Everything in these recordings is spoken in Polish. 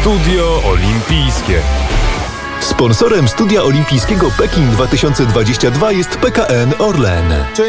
Studio Olimpijskie. Sponsorem Studia Olimpijskiego Pekin 2022 jest PKN Orlen.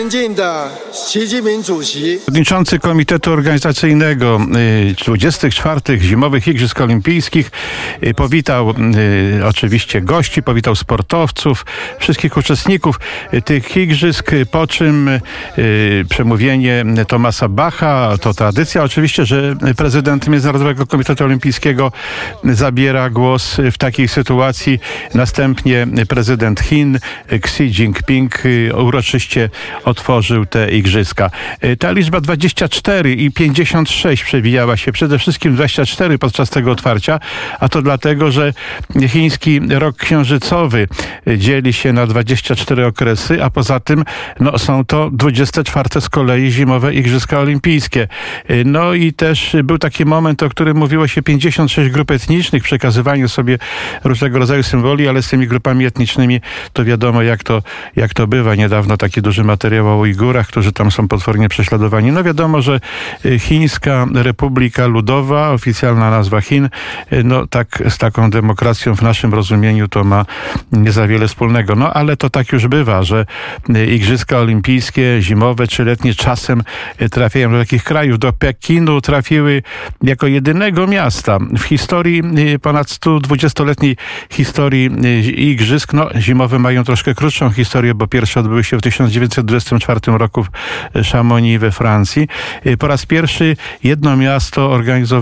Przewodniczący Komitetu Organizacyjnego 24. Zimowych Igrzysk Olimpijskich powitał oczywiście gości, powitał sportowców, wszystkich uczestników tych igrzysk, po czym przemówienie Thomasa Bacha, to tradycja oczywiście, że prezydent Międzynarodowego Komitetu Olimpijskiego zabiera głos w takiej sytuacji. Następnie prezydent Chin Xi Jinping uroczyście otworzył te igrzyska. Ta liczba 24 i 56 przewijała się, przede wszystkim 24 podczas tego otwarcia, a to dlatego, że chiński rok księżycowy dzieli się na 24 okresy, a poza tym są to 24 z kolei zimowe Igrzyska Olimpijskie. No i też był taki moment, o którym mówiło się 56 grup etnicznych, przekazywanie sobie różnego rodzaju symboli, ale z tymi grupami etnicznymi to wiadomo jak to bywa. Niedawno taki duży materiał o Ujgurach, którzy tam są potwornie prześladowani. No wiadomo, że Chińska Republika Ludowa, oficjalna nazwa Chin, tak z taką demokracją w naszym rozumieniu to ma nie za wiele wspólnego. No ale to tak już bywa, że Igrzyska Olimpijskie, zimowe czy letnie czasem trafiają do takich krajów. Do Pekinu trafiły jako jedynego miasta w historii ponad 120-letniej historii igrzysk. Zimowe mają troszkę krótszą historię, bo pierwsze odbyły się w 1924 roku w Chamonix we Francji. Po raz pierwszy jedno miasto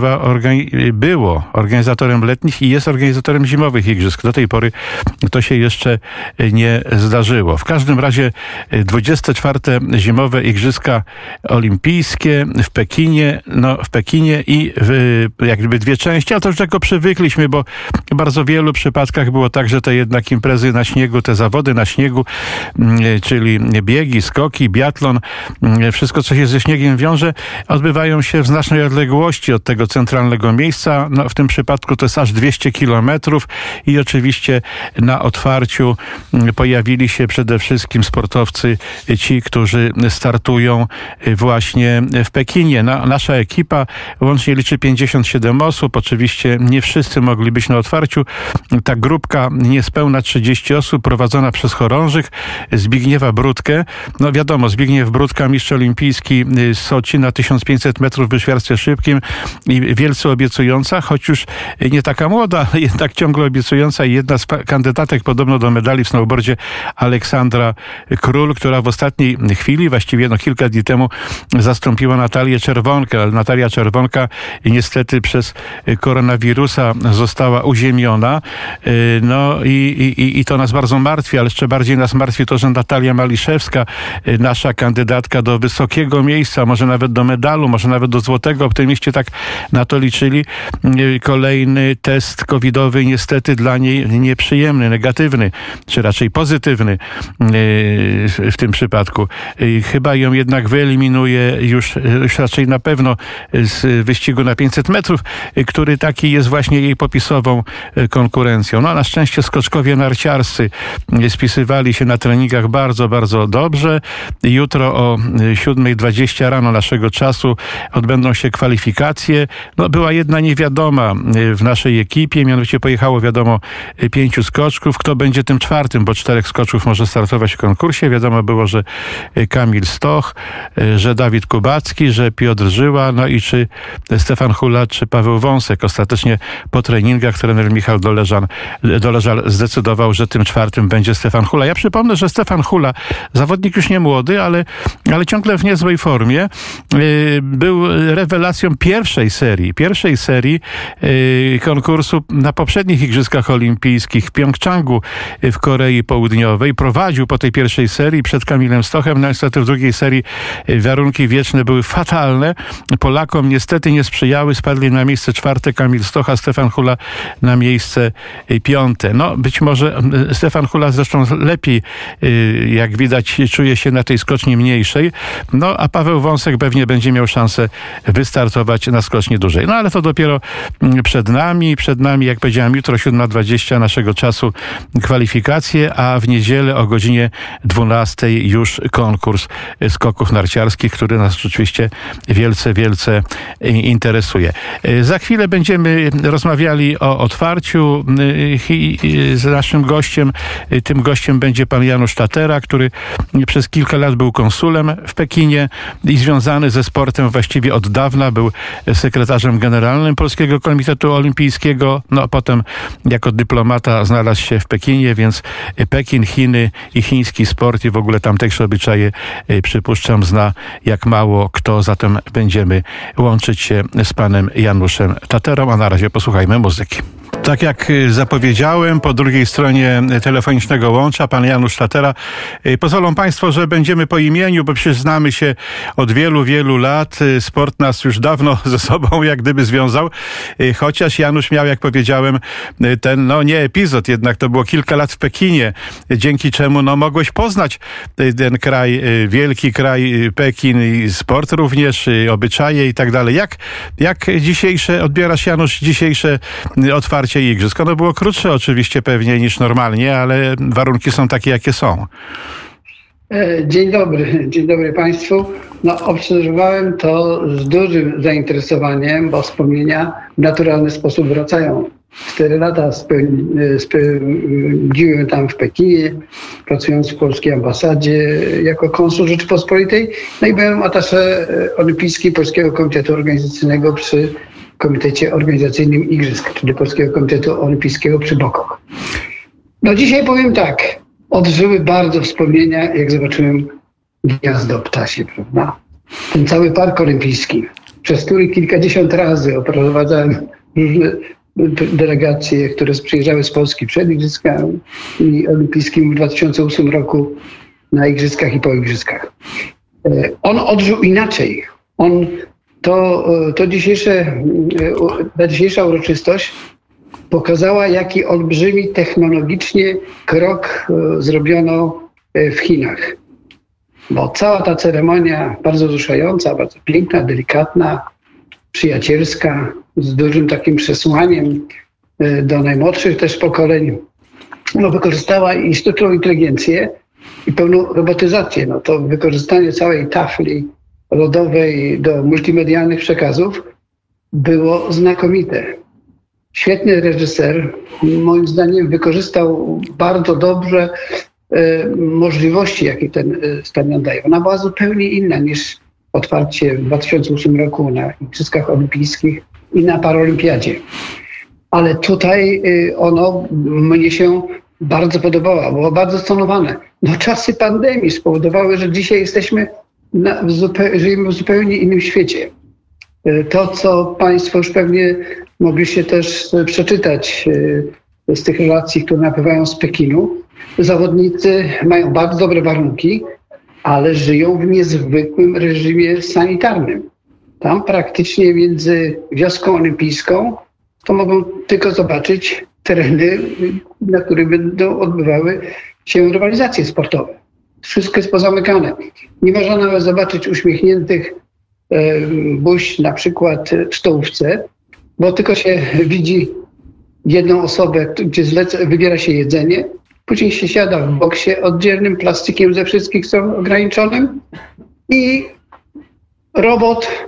było organizatorem letnich i jest organizatorem zimowych igrzysk. Do tej pory to się jeszcze nie zdarzyło. W każdym razie 24. zimowe Igrzyska Olimpijskie w Pekinie i jakby dwie części, ale to już tego przywykliśmy, bo w bardzo wielu przypadkach było tak, że te jednak imprezy na śniegu, te zawody na śniegu, czyli biegi, skoki, biatlon, wszystko co się ze śniegiem wiąże, odbywają się w znacznej odległości od tego centralnego miejsca. W tym przypadku to jest aż 200 kilometrów i oczywiście na otwarciu pojawili się przede wszystkim sportowcy, ci, którzy startują właśnie w Pekinie. Nasza ekipa łącznie liczy 57 osób. Oczywiście nie wszyscy mogli być na otwarciu. Ta grupka niespełna 30 osób prowadzona przez chorążych Zbigniewa Brudkę. Wiadomo, Zbigniew Brudka, mistrz olimpijski z Soczi na 1500 metrów w wyświarstwie szybkim i wielce obiecująca, choć już nie taka młoda, ale jednak ciągle obiecująca i jedna z kandydatek podobno do medali w snowboardzie Aleksandra Król, która w ostatniej chwili, właściwie kilka dni temu zastąpiła Natalię Czerwonkę, ale Natalia Czerwonka niestety przez koronawirusa została uziemiona. I to nas bardzo martwi, ale jeszcze bardziej nas martwi to, że Natalia Maliszewska, nasza kandydatka do wysokiego miejsca, może nawet do medalu, może nawet do złotego, optymiści tak na to liczyli. Kolejny test covidowy niestety dla niej nieprzyjemny, negatywny, czy raczej pozytywny w tym przypadku. Chyba ją jednak wyeliminuje już raczej na pewno z wyścigu na 500 metrów, który taki jest właśnie jej popisową konkurencją. Na szczęście skoczkowie narciarscy spisywali się na treningach bardzo, bardzo dobrze. Jutro o 7:20 rano naszego czasu odbędą się kwalifikacje. Była jedna niewiadoma w naszej ekipie, mianowicie pojechało 5 skoczków. Kto będzie tym czwartym, bo 4 skoczków może startować w konkursie. Wiadomo było, że Kamil Stoch, że Dawid Kubacki, że Piotr Żyła, i czy Stefan Hula, czy Paweł Wąsek. Ostatecznie po treningach trener Michał Doleżal zdecydował, że tym czwartym będzie Stefan Hula. Ja przypomnę, że Stefan Hula, zawodnik już nie młody, ale ciągle w niezłej formie, był rewelacją pierwszej serii konkursu na poprzednich Igrzyskach Olimpijskich w Pjongczangu w Korei Południowej. Prowadził po tej pierwszej serii przed Kamilem Stochem. Niestety w drugiej serii warunki wieczne były fatalne. Polakom niestety nie sprzyjały. Spadli na miejsce 4 Kamil Stoch, a Stefan Hula na miejsce piąte. No być może Stefan Hula zresztą lepiej, jak widać, czuje się na tej skoczni mniejszej, no a Paweł Wąsek pewnie będzie miał szansę wystartować na skoczni dużej. No ale to dopiero przed nami, jak powiedziałem, jutro 7:20 naszego czasu kwalifikacje, a w niedzielę o godzinie 12 już konkurs skoków narciarskich, który nas rzeczywiście wielce interesuje. Za chwilę będziemy rozmawiali o otwarciu z naszym gościem. Tym gościem będzie pan Janusz Tatera, który przez kilka lat był konsulem w Pekinie i związany ze sportem właściwie od dawna. Był sekretarzem generalnym Polskiego Komitetu Olimpijskiego. No potem jako dyplomata znalazł się w Pekinie, więc Pekin, Chiny i chiński sport i w ogóle tamtejsze obyczaje, przypuszczam, zna jak mało kto. Zatem będziemy łączyć się z panem Januszem Taterą, a na razie posłuchajmy muzyki. Tak jak zapowiedziałem, po drugiej stronie telefonicznego łącza pan Janusz Tatera. Pozwolą państwo, że będziemy po imieniu, bo przecież znamy się od wielu lat. Sport nas już dawno ze sobą jak gdyby związał. Chociaż Janusz miał, jak powiedziałem, ten, no nie epizod, jednak to było kilka lat w Pekinie, dzięki czemu no mogłeś poznać ten kraj, wielki kraj Pekin i sport również, obyczaje i tak dalej. Jak dzisiejsze, odbierasz, Janusz, dzisiejsze otwarcie igrzysk? Ono było krótsze oczywiście pewnie niż normalnie, ale warunki są takie, jakie są. Dzień dobry Państwu. No, obserwowałem to z dużym zainteresowaniem, bo wspomnienia w naturalny sposób wracają. 4 lata spędziłem tam w Pekinie, pracując w polskiej ambasadzie jako konsul Rzeczypospolitej. No i byłem attaché olimpijski Polskiego Komitetu Organizacyjnego przy Komitecie Organizacyjnym Igrzysk, czyli Polskiego Komitetu Olimpijskiego przy Bokach. No dzisiaj powiem tak, odżyły bardzo wspomnienia, jak zobaczyłem gniazdo ptasie, prawda? Ten cały park olimpijski, przez który kilkadziesiąt razy oprowadzałem różne delegacje, które przyjeżdżały z Polski przed Igrzyskami Olimpijskimi w 2008 roku na Igrzyskach i po Igrzyskach. On odżył inaczej. Ta dzisiejsza uroczystość pokazała, jaki olbrzymi technologicznie krok zrobiono w Chinach. Bo cała ta ceremonia bardzo wzruszająca, bardzo piękna, delikatna, przyjacielska, z dużym takim przesłaniem do najmłodszych też pokoleń, no, wykorzystała i sztuczną inteligencję i pełną robotyzację. No, to wykorzystanie całej tafli lodowej do multimedialnych przekazów było znakomite. Świetny reżyser, moim zdaniem, wykorzystał bardzo dobrze możliwości, jakie ten stadion daje. Ona była zupełnie inna niż otwarcie w 2008 roku na Igrzyskach Olimpijskich i na Paralimpiadzie. Ale tutaj ono mnie się bardzo podobało, było bardzo stonowane. No, czasy pandemii spowodowały, że dzisiaj żyjemy w zupełnie innym świecie. To, co Państwo już pewnie mogliście też przeczytać z tych relacji, które napływają z Pekinu, zawodnicy mają bardzo dobre warunki, ale żyją w niezwykłym reżimie sanitarnym. Tam praktycznie między wioską olimpijską to mogą tylko zobaczyć tereny, na których będą odbywały się rywalizacje sportowe. Wszystko jest pozamykane. Nie można nawet zobaczyć uśmiechniętych buź na przykład w stołówce, bo tylko się widzi jedną osobę, gdzie wybiera się jedzenie, później się siada w boksie oddzielnym, plastikiem ze wszystkich stron ograniczonym i robot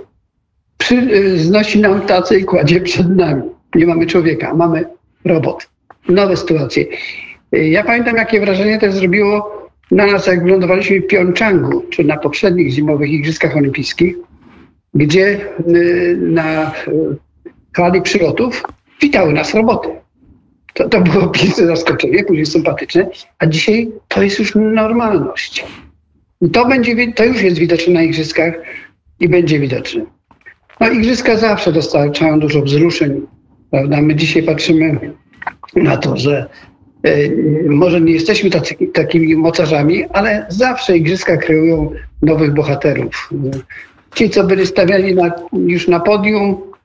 znosi nam tacę i kładzie przed nami. Nie mamy człowieka, mamy robot. Nowe sytuacje. Ja pamiętam, jakie wrażenie to zrobiło na nas, jak wylądowaliśmy w Pjongczangu, czy na poprzednich zimowych Igrzyskach Olimpijskich, gdzie na hali przylotów witały nas roboty. To było piękne zaskoczenie, później sympatyczne, a dzisiaj to jest już normalność. I to już jest widoczne na Igrzyskach i będzie widoczne. No, Igrzyska zawsze dostarczają dużo wzruszeń, prawda? My dzisiaj patrzymy na to, że może nie jesteśmy takimi mocarzami, ale zawsze Igrzyska kreują nowych bohaterów. Ci, co byli stawiani już na podium,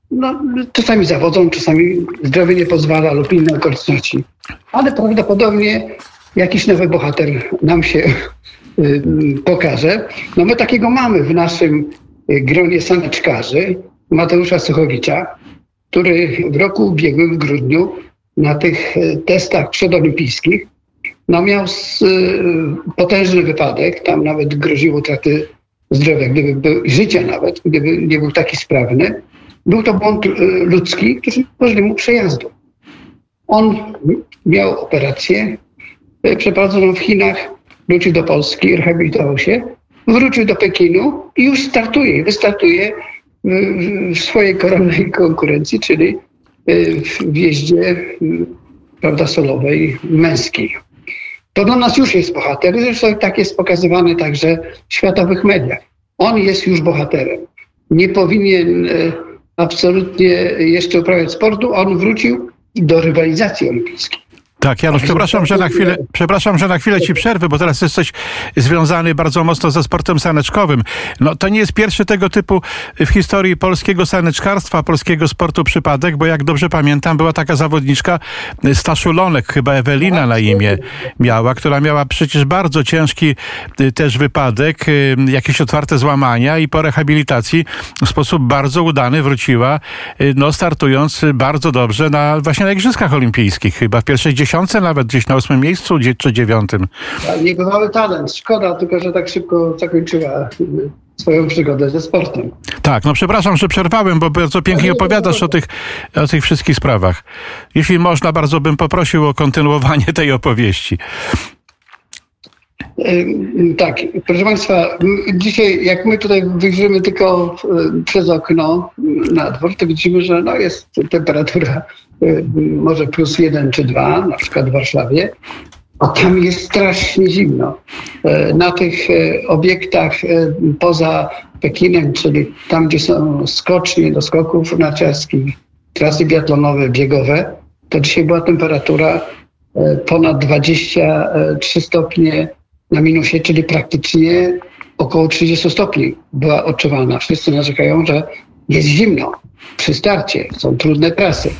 czasami zawodzą, czasami zdrowie nie pozwala lub inne okoliczności. Ale prawdopodobnie jakiś nowy bohater nam się pokaże. My takiego mamy w naszym gronie saneczkarzy, Mateusza Suchowicza, który w roku ubiegłym, w grudniu, na tych testach przedolimpijskich, miał potężny wypadek, tam nawet groziło utraty zdrowia, życia nawet, gdyby nie był taki sprawny. Był to błąd ludzki, który umożliwił mu przejazdu. On miał operację przeprowadzoną w Chinach, wrócił do Polski, rehabilitował się, wrócił do Pekinu i już wystartuje w swojej koronnej konkurencji, czyli w jeździe, solowej, męskiej. To do nas już jest bohater. Zresztą tak jest pokazywany także w światowych mediach. On jest już bohaterem. Nie powinien absolutnie jeszcze uprawiać sportu. On wrócił do rywalizacji olimpijskiej. Tak, Janusz, przepraszam, że na chwilę ci przerwę, bo teraz jesteś związany bardzo mocno ze sportem saneczkowym. To nie jest pierwszy tego typu w historii polskiego saneczkarstwa, polskiego sportu przypadek, bo jak dobrze pamiętam, była taka zawodniczka Staszulonek, chyba Ewelina na imię miała, która miała przecież bardzo ciężki też wypadek, jakieś otwarte złamania i po rehabilitacji w sposób bardzo udany wróciła, startując bardzo dobrze właśnie na Igrzyskach Olimpijskich, chyba w pierwszej nawet gdzieś na 8. miejscu czy 9. Niebywały talent. Szkoda tylko, że tak szybko zakończyła swoją przygodę ze sportem. Tak, przepraszam, że przerwałem, bo bardzo pięknie opowiadasz o tych wszystkich sprawach. Jeśli można, bardzo bym poprosił o kontynuowanie tej opowieści. Tak, proszę Państwa, dzisiaj jak my tutaj wyjrzymy tylko przez okno na dwór, to widzimy, że jest temperatura może +1 czy 2, na przykład w Warszawie, a tam jest strasznie zimno. Na tych obiektach poza Pekinem, czyli tam, gdzie są skocznie do skoków narciarskich, trasy biatlonowe, biegowe, to dzisiaj była temperatura ponad 23 stopnie na minusie, czyli praktycznie około 30 stopni była odczuwalna. Wszyscy narzekają, że jest zimno przy starcie, są trudne trasy.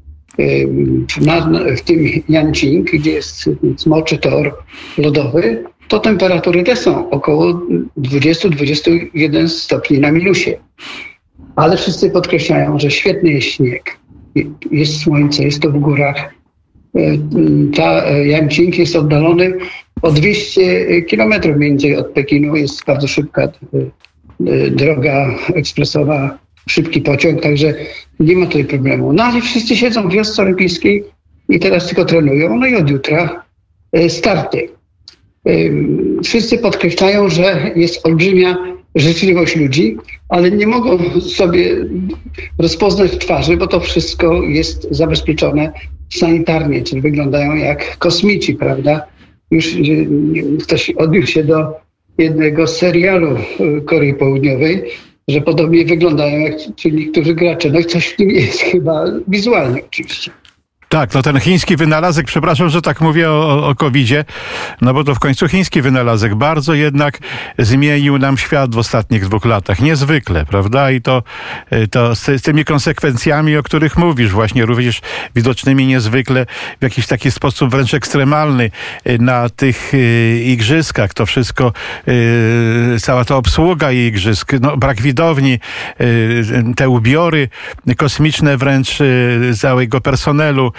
W tym Yanqing, gdzie jest smoczy tor lodowy, to temperatury te są około 20-21 stopni na minusie. Ale wszyscy podkreślają, że świetny jest śnieg, jest słońce, jest to w górach. Yanqing jest oddalony o 200 kilometrów mniej więcej od Pekinu. Jest bardzo szybka droga ekspresowa, szybki pociąg, także nie ma tutaj problemu. Ale wszyscy siedzą w wiosce olimpijskiej i teraz tylko trenują. I od jutra starty. Wszyscy podkreślają, że jest olbrzymia życzliwość ludzi, ale nie mogą sobie rozpoznać twarzy, bo to wszystko jest zabezpieczone sanitarnie, czyli wyglądają jak kosmici, prawda? Już ktoś odniósł się do jednego serialu Korei Południowej, że podobnie wyglądają jak ci niektórzy gracze. I coś w tym jest chyba wizualnie oczywiście. Tak, ten chiński wynalazek, przepraszam, że tak mówię o COVID-zie, bo to w końcu chiński wynalazek bardzo jednak zmienił nam świat w ostatnich 2 latach. Niezwykle, prawda? I to z tymi konsekwencjami, o których mówisz, właśnie również widocznymi niezwykle w jakiś taki sposób wręcz ekstremalny na tych igrzyskach. To wszystko, cała ta obsługa igrzysk, brak widowni, te ubiory kosmiczne wręcz całego personelu.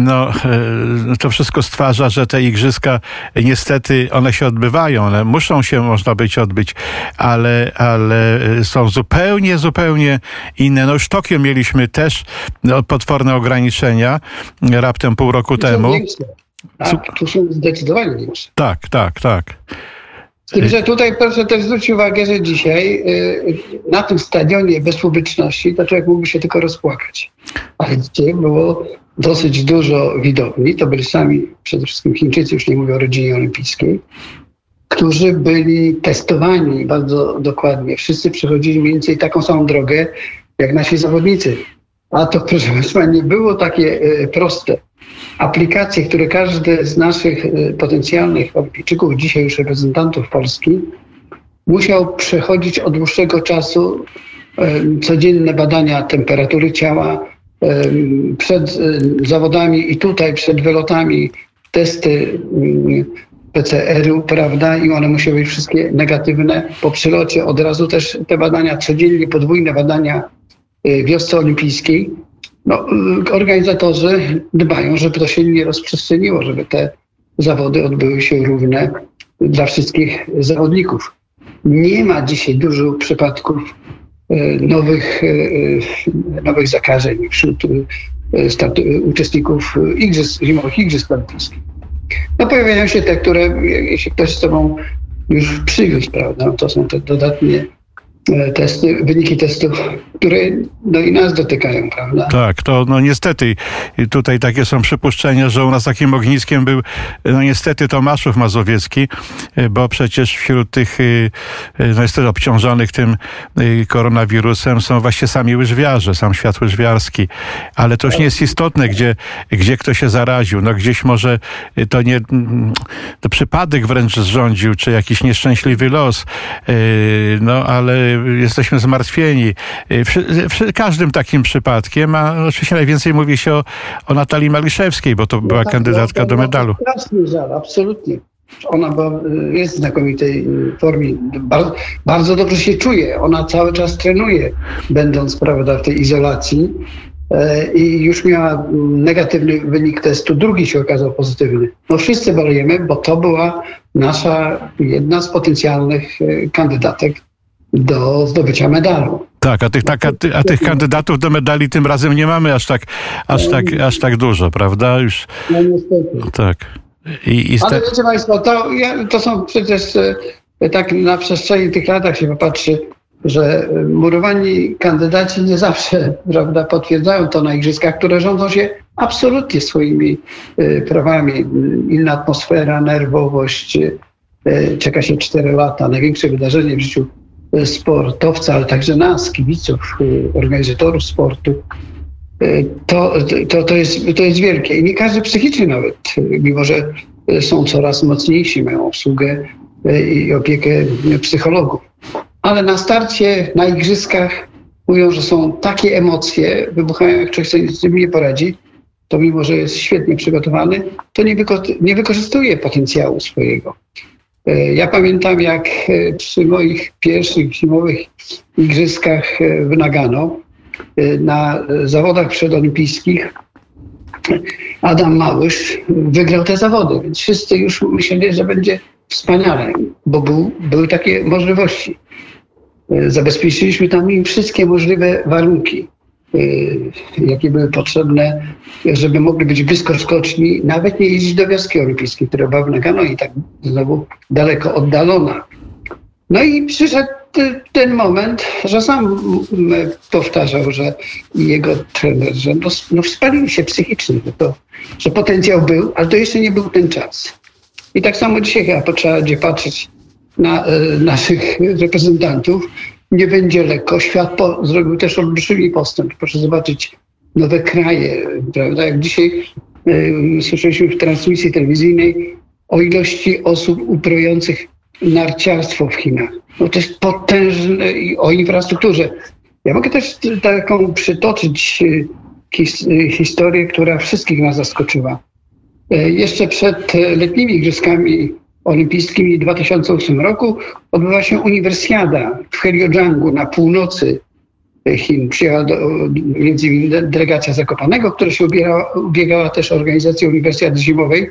To wszystko stwarza, że te igrzyska niestety one się odbywają, one muszą się, można być, odbyć, ale są zupełnie inne. Już Tokio mieliśmy też potworne ograniczenia raptem pół roku temu. Tak, tu są zdecydowanie większe. Tak. Z tym, że tutaj proszę też zwrócić uwagę, że dzisiaj na tym stadionie bez publiczności to człowiek mógłby się tylko rozpłakać. Ale dzisiaj było dosyć dużo widowni. To byli sami przede wszystkim Chińczycy, już nie mówię o rodzinie olimpijskiej, którzy byli testowani bardzo dokładnie. Wszyscy przechodzili mniej więcej taką samą drogę jak nasi zawodnicy. A to, proszę Państwa, nie było takie proste. Aplikacje, które każdy z naszych potencjalnych olimpijczyków, dzisiaj już reprezentantów Polski, musiał przechodzić od dłuższego czasu codzienne badania temperatury ciała, przed zawodami i tutaj przed wylotami testy PCR-u, prawda, i one musiały być wszystkie negatywne. Po przylocie od razu też te badania, codziennie podwójne badania w wiosce olimpijskiej. No, organizatorzy dbają, żeby to się nie rozprzestrzeniło, żeby te zawody odbyły się równe dla wszystkich zawodników. Nie ma dzisiaj dużo przypadków nowych zakażeń wśród uczestników zimowych igrzysk olimpijskich. No pojawiają się te, które jeśli ktoś z sobą już przywiózł, prawda, to są te dodatnie testy, wyniki testów, które no i nas dotykają, prawda? Tak, to no niestety tutaj takie są przypuszczenia, że u nas takim ogniskiem był no niestety Tomaszów Mazowiecki, bo przecież wśród tych no niestety obciążonych tym koronawirusem są właśnie sami łyżwiarze, sam świat łyżwiarski, ale to już nie jest istotne, gdzie kto się zaraził, no gdzieś może to przypadek wręcz zrządził, czy jakiś nieszczęśliwy los, no ale jesteśmy zmartwieni. Każdym takim przypadkiem, a oczywiście najwięcej mówi się o Natalii Maliszewskiej, bo to była kandydatka do medalu. Straszny żal, absolutnie. Ona jest w znakomitej formie. Bardzo, bardzo dobrze się czuje. Ona cały czas trenuje, będąc, prawda, w tej izolacji. I już miała negatywny wynik testu, drugi się okazał pozytywny. No wszyscy bolejemy, bo to była nasza jedna z potencjalnych kandydatek do zdobycia medalu. Tak, a tych kandydatów do medali tym razem nie mamy aż tak dużo, prawda? Już. No niestety. Tak. Ale wiecie Państwo, to są przecież tak na przestrzeni tych latach się popatrzy, że murowani kandydaci nie zawsze, prawda, potwierdzają to na igrzyskach, które rządzą się absolutnie swoimi prawami. Inna atmosfera, nerwowość, czeka się 4 lata, największe wydarzenie w życiu sportowca, ale także nas, kibiców, organizatorów sportu. To jest wielkie. I nie każdy psychicznie nawet, mimo że są coraz mocniejsi, mają obsługę i opiekę psychologów. Ale na starcie, na igrzyskach mówią, że są takie emocje, wybuchają, jak człowiek sobie z tym nie poradzi, to mimo, że jest świetnie przygotowany, to nie wykorzystuje potencjału swojego. Ja pamiętam, jak przy moich pierwszych zimowych igrzyskach w Nagano na zawodach przedolimpijskich Adam Małysz wygrał te zawody, więc wszyscy już myśleli, że będzie wspaniale, bo były takie możliwości. Zabezpieczyliśmy tam im wszystkie możliwe warunki, jakie były potrzebne, żeby mogli być wyskoczni, nawet nie jeździć do wioski olimpijskiej, która była w Nagano i tak znowu daleko oddalona. No i przyszedł ten moment, że sam powtarzał, że jego trener, że no spalił się psychicznie, że potencjał był, ale to jeszcze nie był ten czas. I tak samo dzisiaj chyba trzeba będzie patrzeć na naszych reprezentantów. Nie będzie lekko. Świat zrobił też olbrzymi postęp. Proszę zobaczyć nowe kraje, prawda? Jak dzisiaj słyszeliśmy w transmisji telewizyjnej o ilości osób uprawiających narciarstwo w Chinach. No to jest potężne i o infrastrukturze. Ja mogę też taką przytoczyć historię, która wszystkich nas zaskoczyła. Jeszcze przed letnimi igrzyskami olimpijskimi w 2008 roku odbywa się uniwersjada w Heilongjiangu na północy Chin. Przyjechała między innymi delegacja Zakopanego, która się ubiegała też o organizację uniwersjady zimowej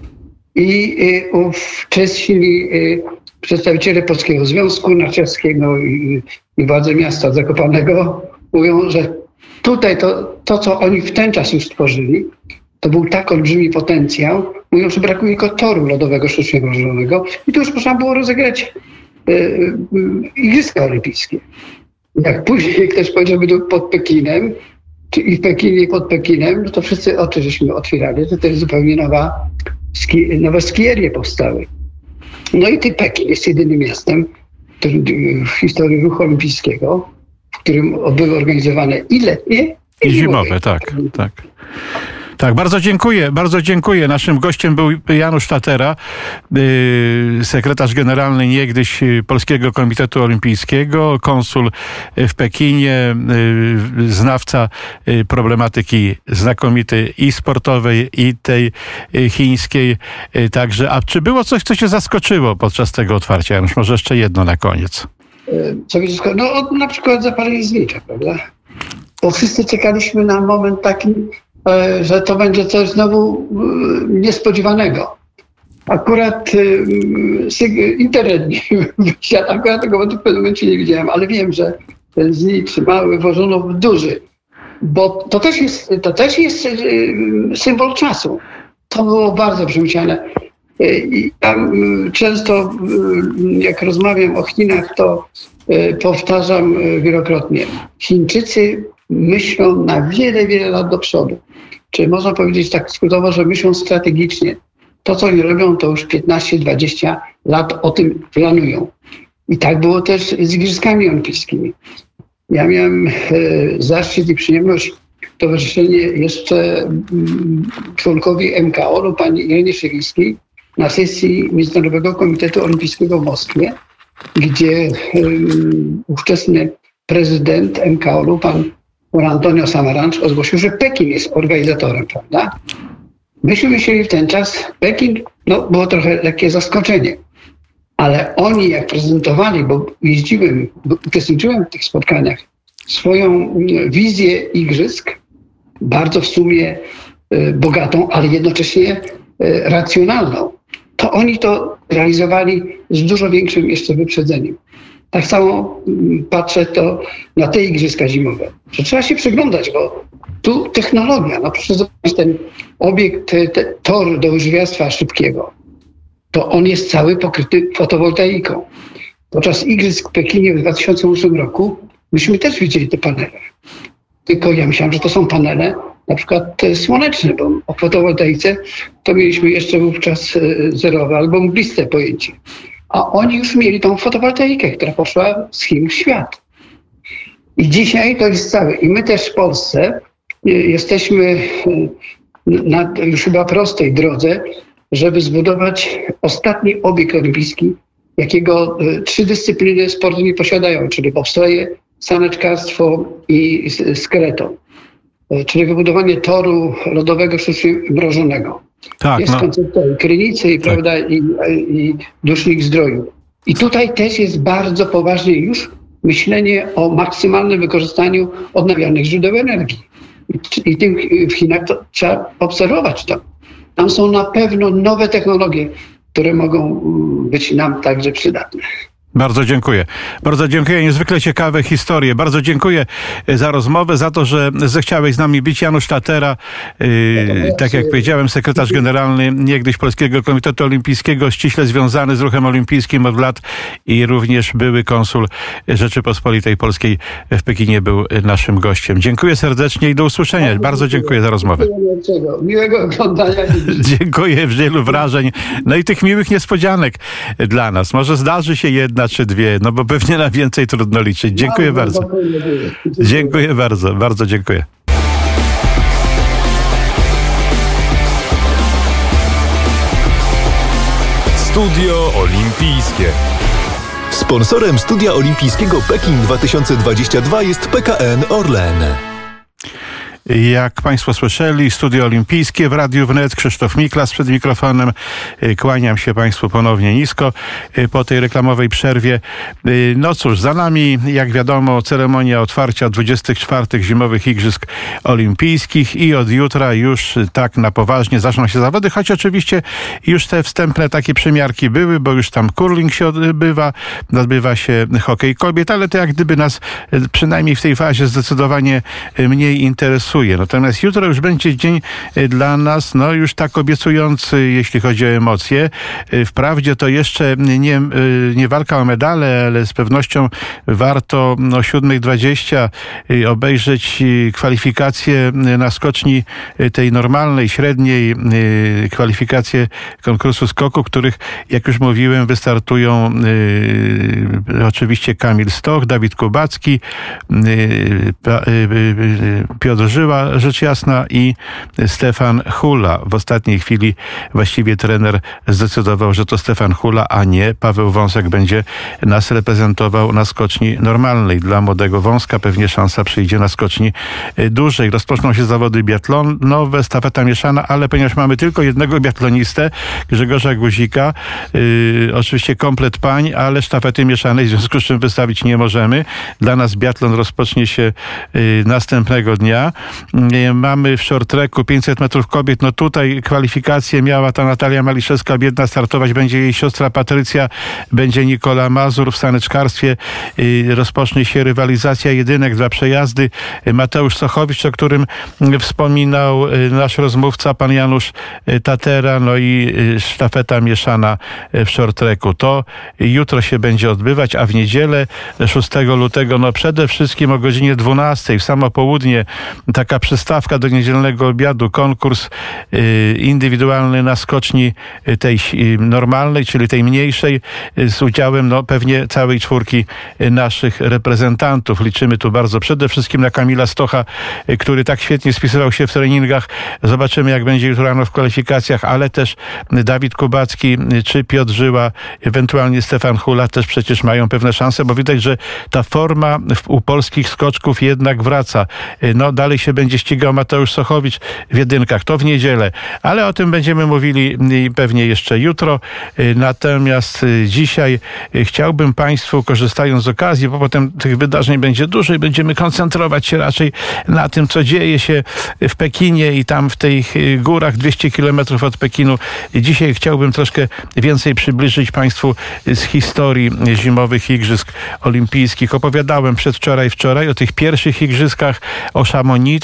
i wcześniej przedstawiciele Polskiego Związku Narciarskiego i władze miasta Zakopanego mówią, że tutaj to, co oni w ten czas już stworzyli, to był tak olbrzymi potencjał. Mówią, że brakuje tylko toru lodowego sztucznie włożonego i to już można było rozegrać igrzyska olimpijskie. Jak później ktoś powiedział, że był pod Pekinem, i w Pekinie, i pod Pekinem, no to wszyscy oczy żeśmy otwierali, to jest zupełnie nowe skierie powstały. No i Pekin jest jedynym miastem w historii ruchu olimpijskiego, w którym były organizowane i letnie, i zimowe, tak. Tak, bardzo dziękuję. Naszym gościem był Janusz Tatera, sekretarz generalny niegdyś Polskiego Komitetu Olimpijskiego, konsul w Pekinie, znawca problematyki znakomitej i sportowej, i tej chińskiej. Także, a czy było coś, co cię zaskoczyło podczas tego otwarcia, Janusz? Może jeszcze jedno na koniec. Co mi zaskoczyło? No na przykład zapalenie znicza, prawda? Bo wszyscy czekaliśmy na moment taki, że to będzie coś znowu niespodziewanego. Akurat internet nie wysiadł, akurat tego w pewnym momencie nie widziałem, ale wiem, że ten znicz mały włożono w duży, bo to też jest symbol czasu. To było bardzo przemyślane. I tam często, jak rozmawiam o Chinach, to powtarzam wielokrotnie. Chińczycy myślą na wiele, wiele lat do przodu. Czyli można powiedzieć tak skrótowo, że myślą strategicznie. To, co oni robią, to już 15-20 lat o tym planują. I tak było też z Igrzyskami Olimpijskimi. Ja miałem zaszczyt i przyjemność towarzyszenie jeszcze członkowi MKOL-u, pani Irenie Szylińskiej, na sesji Międzynarodowego Komitetu Olimpijskiego w Moskwie, gdzie ówczesny prezydent MKOL-u, pan Antonio Samaranch, ogłosił, że Pekin jest organizatorem, prawda? Myśmy myśleli w ten czas, Pekin, było trochę lekkie zaskoczenie, ale oni jak prezentowali, bo uczestniczyłem w tych spotkaniach, swoją wizję igrzysk, bardzo w sumie bogatą, ale jednocześnie racjonalną, to oni to realizowali z dużo większym jeszcze wyprzedzeniem. Tak samo patrzę to na te igrzyska zimowe, że trzeba się przyglądać, bo tu technologia, proszę zobaczyć ten obiekt, ten tor do łyżwiarstwa szybkiego, to on jest cały pokryty fotowoltaiką. Podczas igrzysk w Pekinie w 2008 roku myśmy też widzieli te panele. Tylko ja myślałem, że to są panele na przykład słoneczne, bo o fotowoltaice to mieliśmy jeszcze wówczas zerowe albo mgliste pojęcie. A oni już mieli tą fotowoltaikę, która poszła z Chin w świat. I dzisiaj to jest całe. I my też w Polsce jesteśmy na już chyba prostej drodze, żeby zbudować ostatni obiekt olimpijski, jakiego 3 dyscypliny sportu nie posiadają, czyli bobsleje, saneczkarstwo i skeleton. Czyli wybudowanie toru lodowego sztucznie mrożonego. Tak, jest koncepcja i Krynicy, tak. Prawda, i Dusznik Zdroju. I tutaj też jest bardzo poważnie już myślenie o maksymalnym wykorzystaniu odnawialnych źródeł energii. I tym w Chinach to trzeba obserwować to. Tam są na pewno nowe technologie, które mogą być nam także przydatne. Bardzo dziękuję. Bardzo dziękuję. Niezwykle ciekawe historie. Bardzo dziękuję za rozmowę, za to, że zechciałeś z nami być. Janusz Tatera, tak jak powiedziałem, sekretarz generalny niegdyś Polskiego Komitetu Olimpijskiego, ściśle związany z ruchem olimpijskim od lat i również były konsul Rzeczypospolitej Polskiej w Pekinie był naszym gościem. Dziękuję serdecznie i do usłyszenia. Bardzo dziękuję za rozmowę. Miłego oglądania. Dziękuję, wielu wrażeń. No i tych miłych niespodzianek dla nas. Może zdarzy się jedna czy dwie, bo pewnie na więcej trudno liczyć. Dziękuję bardzo. Dziękuję bardzo, bardzo dziękuję. Studio Olimpijskie. Sponsorem Studia Olimpijskiego Pekin 2022 jest PKN Orlen. Jak Państwo słyszeli, Studio Olimpijskie w Radiu Wnet, Krzysztof Miklas przed mikrofonem. Kłaniam się Państwu ponownie nisko po tej reklamowej przerwie. No cóż, za nami, jak wiadomo, ceremonia otwarcia 24. Zimowych Igrzysk Olimpijskich i od jutra już tak na poważnie zaczną się zawody, choć oczywiście już te wstępne takie przymiarki były, bo już tam curling się odbywa się hokej kobiet, ale to jak gdyby nas przynajmniej w tej fazie zdecydowanie mniej interesuje. Natomiast jutro już będzie dzień dla nas, już tak obiecujący, jeśli chodzi o emocje. Wprawdzie to jeszcze nie walka o medale, ale z pewnością warto o 7:20 obejrzeć kwalifikacje na skoczni tej normalnej, średniej, kwalifikacje konkursu skoku, których, jak już mówiłem, wystartują oczywiście Kamil Stoch, Dawid Kubacki, Piotr Żyła, Żyła, rzecz jasna, i Stefan Hula. W ostatniej chwili właściwie trener zdecydował, że to Stefan Hula, a nie Paweł Wąsek będzie nas reprezentował na skoczni normalnej. Dla młodego Wąska pewnie szansa przyjdzie na skoczni dłużej. Rozpoczną się zawody biatlonowe, stafeta mieszana, ale ponieważ mamy tylko jednego biatlonistę, Grzegorza Guzika, oczywiście komplet pań, ale sztafety mieszanej w związku z czym wystawić nie możemy. Dla nas biatlon rozpocznie się następnego dnia. Mamy w short tracku 500 metrów kobiet. No tutaj kwalifikacje miała ta Natalia Maliszewska-Biedna, startować będzie jej siostra Patrycja, będzie Nikola Mazur. W saneczkarstwie rozpocznie się rywalizacja jedynek, 2 przejazdy. Mateusz Sochowicz, o którym wspominał nasz rozmówca, pan Janusz Tatera, no i sztafeta mieszana w short tracku. To jutro się będzie odbywać, a w niedzielę 6 lutego, no przede wszystkim o godzinie 12 w samo południe, taka przystawka do niedzielnego obiadu, konkurs indywidualny na skoczni tej normalnej, czyli tej mniejszej, z udziałem no pewnie całej czwórki naszych reprezentantów. Liczymy tu bardzo przede wszystkim na Kamila Stocha, który tak świetnie spisywał się w treningach. Zobaczymy, jak będzie jutro rano w kwalifikacjach, ale też Dawid Kubacki czy Piotr Żyła, ewentualnie Stefan Hula też przecież mają pewne szanse, bo widać, że ta forma u polskich skoczków jednak wraca. No dalej się będzie ścigał Mateusz Sochowicz w jedynkach, to w niedzielę, ale o tym będziemy mówili pewnie jeszcze jutro. Natomiast dzisiaj chciałbym Państwu, korzystając z okazji, bo potem tych wydarzeń będzie dużo i będziemy koncentrować się raczej na tym, co dzieje się w Pekinie i tam w tych górach 200 kilometrów od Pekinu. Dzisiaj chciałbym troszkę więcej przybliżyć Państwu z historii zimowych Igrzysk Olimpijskich. Opowiadałem wczoraj o tych pierwszych igrzyskach, o Chamonix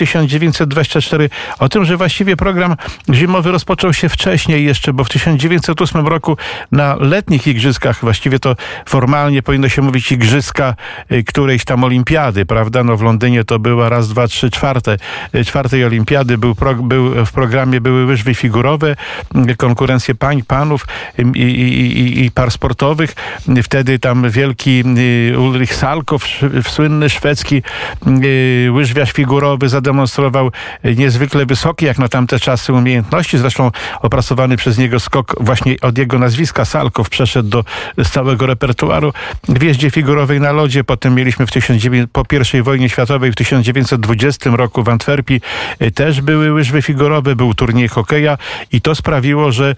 1924, o tym, że właściwie program zimowy rozpoczął się wcześniej jeszcze, bo w 1908 roku na letnich igrzyskach, właściwie to formalnie powinno się mówić igrzyska którejś tam olimpiady, prawda? No w Londynie to była raz, dwa, trzy, czwartej olimpiady. W programie były łyżwy figurowe, konkurencje pań, panów i par sportowych. Wtedy tam wielki Ulrich Salkow, słynny szwedzki łyżwiarz figurowy, zademonstrował niezwykle wysokie jak na tamte czasy umiejętności. Zresztą opracowany przez niego skok właśnie od jego nazwiska Salkow przeszedł do stałego repertuaru w jeździe figurowej na lodzie. Potem mieliśmy po I wojnie światowej w 1920 roku w Antwerpii też były łyżwy figurowe, był turniej hokeja i to sprawiło, że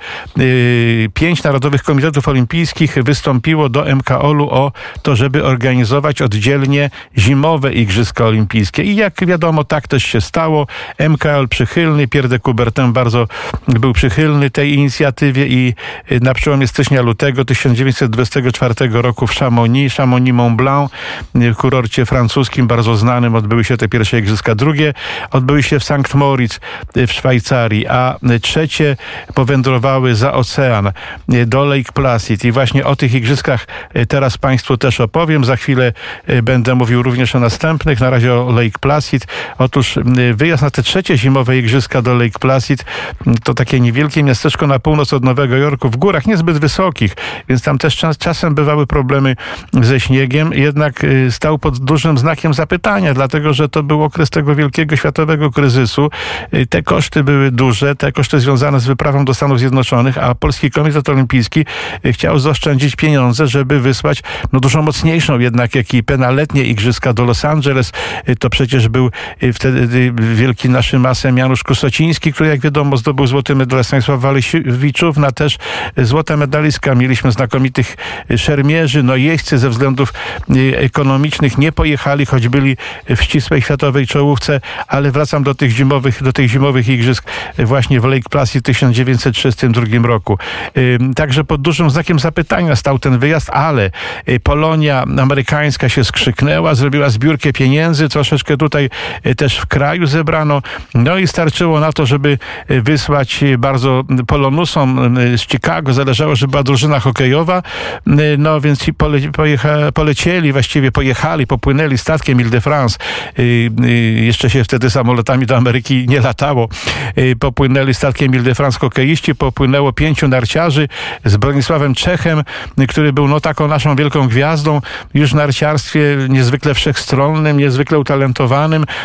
5 Narodowych Komitetów Olimpijskich wystąpiło do MKOL-u o to, żeby organizować oddzielnie zimowe Igrzyska Olimpijskie. I jak wiadomo, tak też się stało. MKOL przychylny, Pierre de Coubertin bardzo był przychylny tej inicjatywie i na przełomie stycznia-lutego 1924 roku w Chamonix Mont Blanc, kurorcie francuskim, bardzo znanym, odbyły się te pierwsze igrzyska. Drugie odbyły się w Sankt Moritz w Szwajcarii, a trzecie powędrowały za ocean do Lake Placid. I właśnie o tych igrzyskach teraz Państwu też opowiem. Za chwilę będę mówił również o następnych. Na razie o Lake Placid. Otóż wyjazd na te trzecie zimowe igrzyska do Lake Placid to takie niewielkie miasteczko na północ od Nowego Jorku, w górach niezbyt wysokich, więc tam też czasem bywały problemy ze śniegiem. Jednak stał pod dużym znakiem zapytania, dlatego że to był okres tego wielkiego światowego kryzysu. Te koszty były duże, te koszty związane z wyprawą do Stanów Zjednoczonych, a Polski Komitet Olimpijski chciał zaoszczędzić pieniądze, żeby wysłać dużo mocniejszą jednak ekipę na letnie igrzyska do Los Angeles. To przecież był wtedy wielki naszym asem Janusz Kusociński, który jak wiadomo zdobył złoty medal, Stanisław Walewiczówna też złota medalistka. Mieliśmy znakomitych szermierzy, no jeźdźcy ze względów ekonomicznych nie pojechali, choć byli w ścisłej światowej czołówce, ale wracam do tych zimowych igrzysk właśnie w Lake Placid w 1932 roku. Także pod dużym znakiem zapytania stał ten wyjazd, ale Polonia amerykańska się skrzyknęła, zrobiła zbiórkę pieniędzy, troszeczkę tutaj też w kraju zebrano, no i starczyło na to, żeby wysłać bardzo Polonusom z Chicago, zależało, żeby była drużyna hokejowa, no więc ci popłynęli statkiem Ile-de-France, jeszcze się wtedy samolotami do Ameryki nie latało, popłynęli statkiem Ile-de-France hokeiści, popłynęło 5 narciarzy z Bronisławem Czechem, który był taką naszą wielką gwiazdą już w narciarstwie, niezwykle wszechstronnym, niezwykle utalentowanym, no i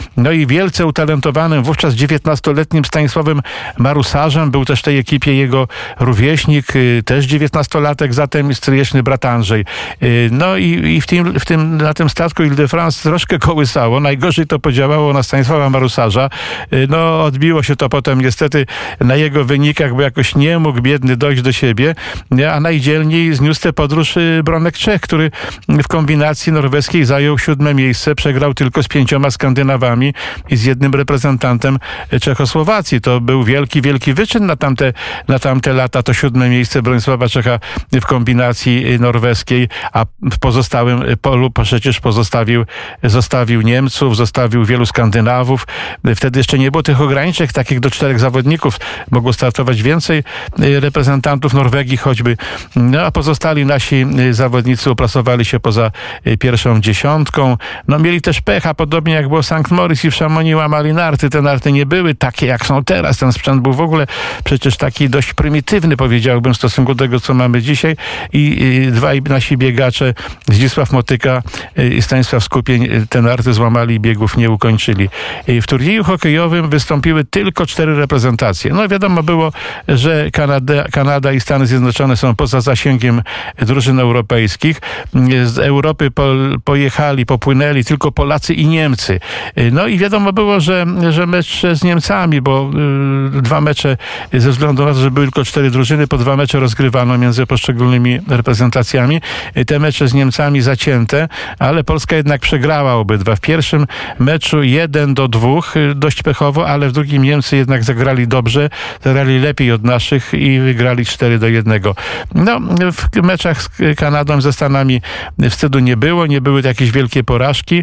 i wielce utalentowanym, wówczas 19-letnim Stanisławem Marusarzem. Był też w tej ekipie jego rówieśnik, też 19-latek, zatem stryjeczny brat Andrzej. No i na tym statku Ile-de-France troszkę kołysało. Najgorzej to podziałało na Stanisława Marusarza. No, odbiło się to potem niestety na jego wynikach, bo jakoś nie mógł biedny dojść do siebie, a najdzielniej zniósł tę podróż Bronek Czech, który w kombinacji norweskiej zajął 7. miejsce, przegrał tylko z 5 Skandynawami i z jednym reprezentantem Czechosłowacji. To był wielki wyczyn na tamte lata, to 7. miejsce Bronisława Czecha w kombinacji norweskiej, a w pozostałym polu przecież zostawił Niemców, zostawił wielu Skandynawów. Wtedy jeszcze nie było tych ograniczeń, takich do 4 zawodników. Mogło startować więcej reprezentantów Norwegii choćby. No, a pozostali nasi zawodnicy uplasowali się poza pierwszą dziesiątką. No, mieli też pecha, podobnie jak było w St. Moritz i w Chamonix łamali narty. Te narty nie były takie, jak są teraz. Ten sprzęt był w ogóle przecież taki dość prymitywny, powiedziałbym, w stosunku do tego, co mamy dzisiaj. I dwaj nasi biegacze, Zdzisław Motyka i Stanisław Skupień, te narty złamali i biegów nie ukończyli. W turnieju hokejowym wystąpiły tylko 4 reprezentacje. No, wiadomo było, że Kanada i Stany Zjednoczone są poza zasięgiem drużyn europejskich. Z Europy popłynęli tylko Polacy i Niemcy. No i wiadomo było, że mecze z Niemcami, bo 2 mecze ze względu na to, że były tylko 4 drużyny, po 2 mecze rozgrywano między poszczególnymi reprezentacjami. Te mecze z Niemcami zacięte, ale Polska jednak przegrała obydwa. W pierwszym meczu 1-2, dość pechowo, ale w drugim Niemcy jednak zagrali dobrze, zagrali lepiej od naszych i wygrali 4-1. No, w meczach z Kanadą, ze Stanami wstydu nie były to jakieś wielkie porażki,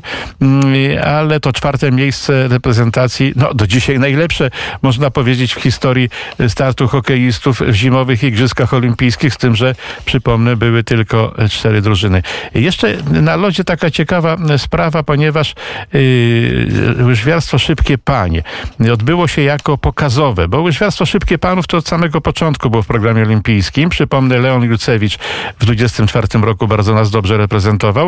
ale to 4. miejsce reprezentacji, no do dzisiaj najlepsze, można powiedzieć, w historii startu hokeistów w zimowych Igrzyskach Olimpijskich, z tym, że przypomnę, były tylko 4 drużyny. Jeszcze na lodzie taka ciekawa sprawa, ponieważ łyżwiarstwo szybkie pań odbyło się jako pokazowe, bo łyżwiarstwo szybkie panów to od samego początku było w programie olimpijskim. Przypomnę, Leon Jucewicz w 24 roku bardzo nas dobrze reprezentował,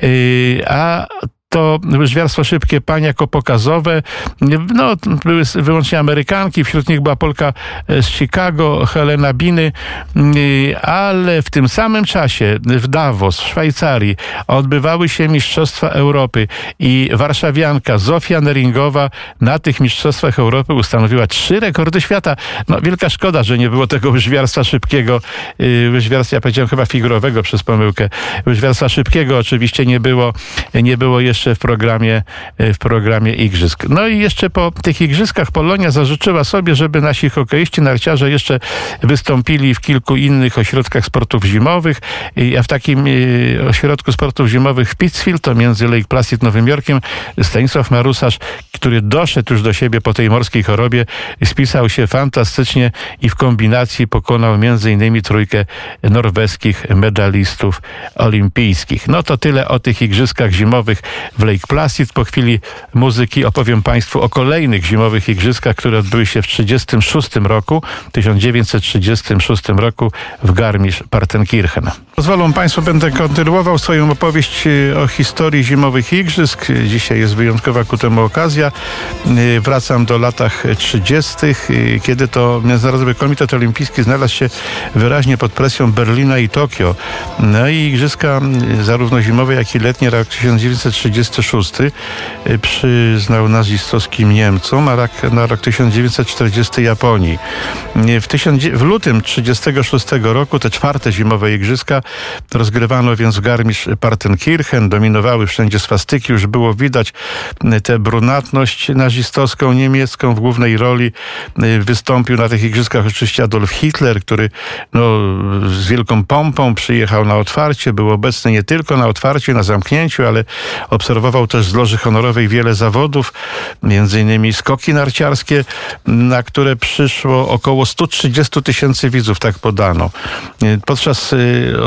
a to łyżwiarstwo szybkie pań jako pokazowe, no, były wyłącznie Amerykanki, wśród nich była Polka z Chicago, Helena Biny, ale w tym samym czasie w Davos, w Szwajcarii, odbywały się Mistrzostwa Europy i warszawianka Zofia Neringowa na tych Mistrzostwach Europy ustanowiła 3 rekordy świata. No, wielka szkoda, że nie było tego łyżwiarstwa szybkiego, ja powiedziałem chyba figurowego przez pomyłkę. Łyżwiarstwa szybkiego oczywiście nie było jeszcze w programie igrzysk. No i jeszcze po tych igrzyskach Polonia zażyczyła sobie, żeby nasi hokeiści, narciarze jeszcze wystąpili w kilku innych ośrodkach sportów zimowych, a w takim ośrodku sportów zimowych w Pittsfield, to między Lake Placid Nowym Jorkiem, Stanisław Marusarz, który doszedł już do siebie po tej morskiej chorobie, spisał się fantastycznie i w kombinacji pokonał m.in. 3 norweskich medalistów olimpijskich. No to tyle o tych igrzyskach zimowych w Lake Placid. Po chwili muzyki opowiem Państwu o kolejnych zimowych igrzyskach, które odbyły się w 1936 roku w Garmisch-Partenkirchen. Pozwolą Państwo, będę kontynuował swoją opowieść o historii zimowych igrzysk. Dzisiaj jest wyjątkowa ku temu okazja. Wracam do latach 30., kiedy to Międzynarodowy Komitet Olimpijski znalazł się wyraźnie pod presją Berlina i Tokio. No i igrzyska zarówno zimowe, jak i letnie, rok 1936 przyznał nazistowskim Niemcom, a na rok 1940 Japonii. W lutym 1936 roku te 4. zimowe igrzyska rozgrywano więc w Garmisch-Partenkirchen, dominowały wszędzie swastyki, już było widać tę brunatność nazistowską, niemiecką. W głównej roli wystąpił na tych igrzyskach oczywiście Adolf Hitler, który z wielką pompą przyjechał na otwarcie, był obecny nie tylko na otwarciu, na zamknięciu, ale obserwował też z loży honorowej wiele zawodów, między innymi skoki narciarskie, na które przyszło około 130 000 widzów, tak podano. Podczas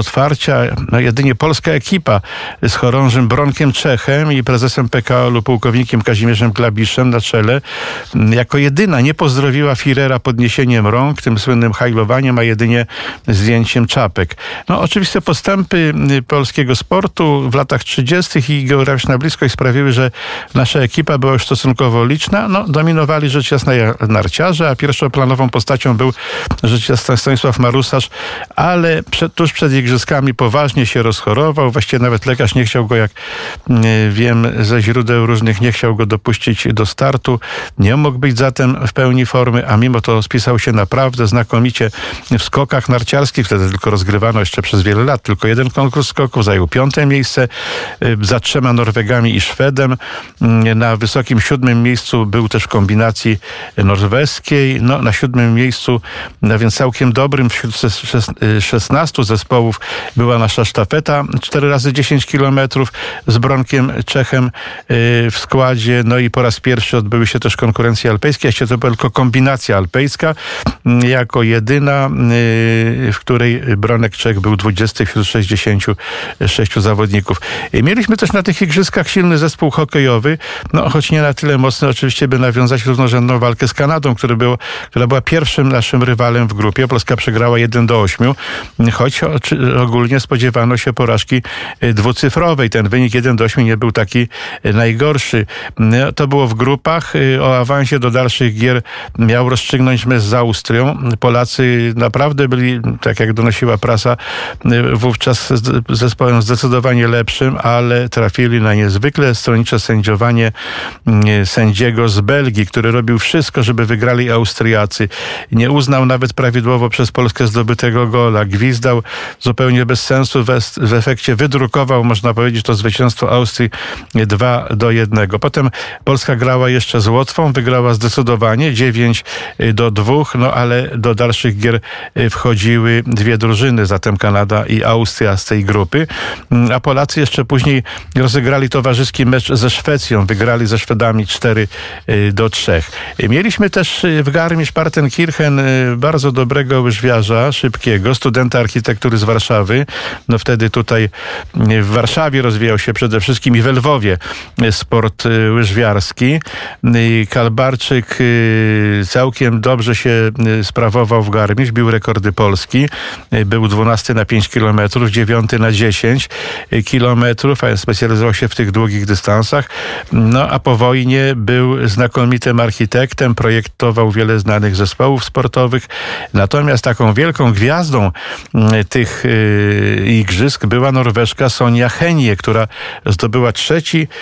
otwarcia jedynie polska ekipa z chorążym Bronkiem Czechem i prezesem PKO-u pułkownikiem Kazimierzem Klabiszem na czele, jako jedyna nie pozdrowiła Führera podniesieniem rąk, tym słynnym hajlowaniem, a jedynie zdjęciem czapek. Oczywiste postępy polskiego sportu w latach 30. i geograficzna bliskość sprawiły, że nasza ekipa była już stosunkowo liczna. Dominowali rzecz jasna narciarze, a pierwszoplanową postacią był rzecz jasna Stanisław Marusarz, ale tuż przed igrzyskami poważnie się rozchorował. Właściwie nawet lekarz nie chciał go, jak wiem ze źródeł różnych, nie chciał go dopuścić do startu. Nie mógł być zatem w pełni formy, a mimo to spisał się naprawdę znakomicie w skokach narciarskich. Wtedy tylko rozgrywano jeszcze przez wiele lat. Tylko jeden konkurs skoków, zajął 5. miejsce za 3 Norwegami i Szwedem. Na wysokim 7. miejscu był też w kombinacji norweskiej. Na 7. miejscu, więc całkiem dobrym wśród 16 zespołów była nasza sztafeta 4x10 km z Bronkiem Czechem w składzie. I po raz pierwszy odbyły się też konkurencje alpejskie. Jeszcze to była tylko kombinacja alpejska jako jedyna, w której Bronek Czech był 20 wśród 66 zawodników. Mieliśmy też na tych igrzyskach silny zespół hokejowy, choć nie na tyle mocny oczywiście, by nawiązać równorzędną walkę z Kanadą, która była pierwszym naszym rywalem w grupie. Polska przegrała 1-8, choć ogólnie spodziewano się porażki dwucyfrowej. Ten wynik 1-8 nie był taki najgorszy. To było w grupach. O awansie do dalszych gier miał rozstrzygnąć mecz z Austrią. Polacy naprawdę byli, tak jak donosiła prasa, wówczas zespołem zdecydowanie lepszym, ale trafili na niezwykle stronnicze sędziowanie sędziego z Belgii, który robił wszystko, żeby wygrali Austriacy. Nie uznał nawet prawidłowo przez Polskę zdobytego gola. Gwizdał zupełnie bez sensu. W efekcie wydrukował, można powiedzieć, to zwycięstwo Austrii 2-1. Potem Polska grała jeszcze z Łotwą, wygrała zdecydowanie 9-2, ale do dalszych gier wchodziły 2 drużyny, zatem Kanada i Austria z tej grupy, a Polacy jeszcze później rozegrali towarzyski mecz ze Szwecją, wygrali ze Szwedami 4-3. Mieliśmy też w Garmisch-Partenkirchen bardzo dobrego łyżwiarza, szybkiego, studenta architektury z Warszawy. Wtedy tutaj w Warszawie rozwijał się przede wszystkim i w Lwowie sport łyżwiarski. Kalbarczyk całkiem dobrze się sprawował w Garmisch, bił rekordy Polski. Był 12 na 5 km, 9 na 10 km, a specjalizował się w tych długich dystansach. A po wojnie był znakomitym architektem, projektował wiele znanych zespołów sportowych. Natomiast taką wielką gwiazdą tych igrzysk była Norweżka Sonja Hennie, która zdobyła 3.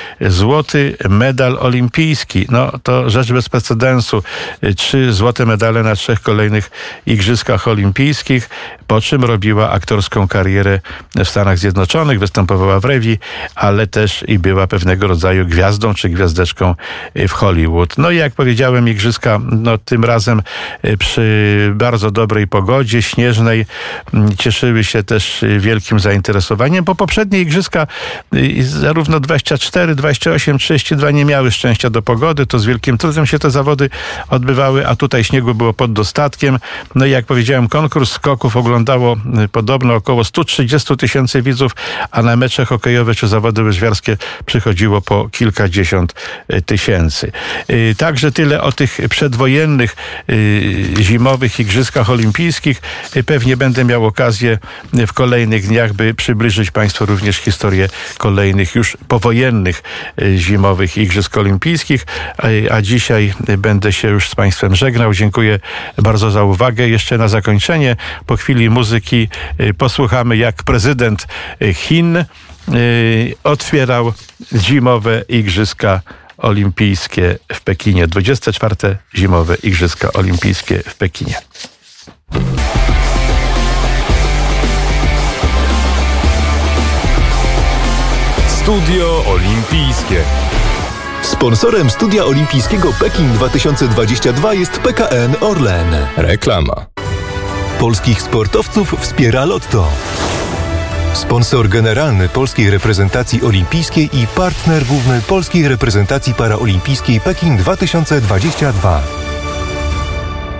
złoty medal olimpijski. To rzecz bez precedensu. 3 złote medale na 3 kolejnych igrzyskach olimpijskich, po czym robiła aktorską karierę w Stanach Zjednoczonych, występowała w Rewi, ale też i była pewnego rodzaju gwiazdą czy gwiazdeczką w Hollywood. I jak powiedziałem, igrzyska tym razem przy bardzo dobrej pogodzie, śnieżnej, cieszyły się też wielkim zainteresowaniem, bo poprzednie igrzyska, zarówno 24, 28, 32 nie miały szczęścia do pogody, to z wielkim trudem się te zawody odbywały, a tutaj śniegu było pod dostatkiem. I jak powiedziałem, konkurs skoków oglądało podobno około 130 000 widzów, a na mecze hokejowe czy zawody łyżwiarskie przychodziło po kilkadziesiąt tysięcy. Także tyle o tych przedwojennych zimowych igrzyskach olimpijskich. Pewnie będę miał okazję w kolejnych dniach, by przybliżyć Państwu również historię kolejnych już powojennych zimowych igrzysk olimpijskich. A dzisiaj będę się już z Państwem żegnał. Dziękuję bardzo za uwagę. Jeszcze na zakończenie, po chwili muzyki, posłuchamy, jak prezydent Chin otwierał zimowe igrzyska olimpijskie w Pekinie. 24. zimowe igrzyska olimpijskie w Pekinie. Studio Olimpijskie. Sponsorem Studia Olimpijskiego Pekin 2022 jest PKN Orlen. Reklama. Polskich sportowców wspiera Lotto. Sponsor generalny Polskiej Reprezentacji Olimpijskiej i partner główny Polskiej Reprezentacji Paraolimpijskiej Pekin 2022.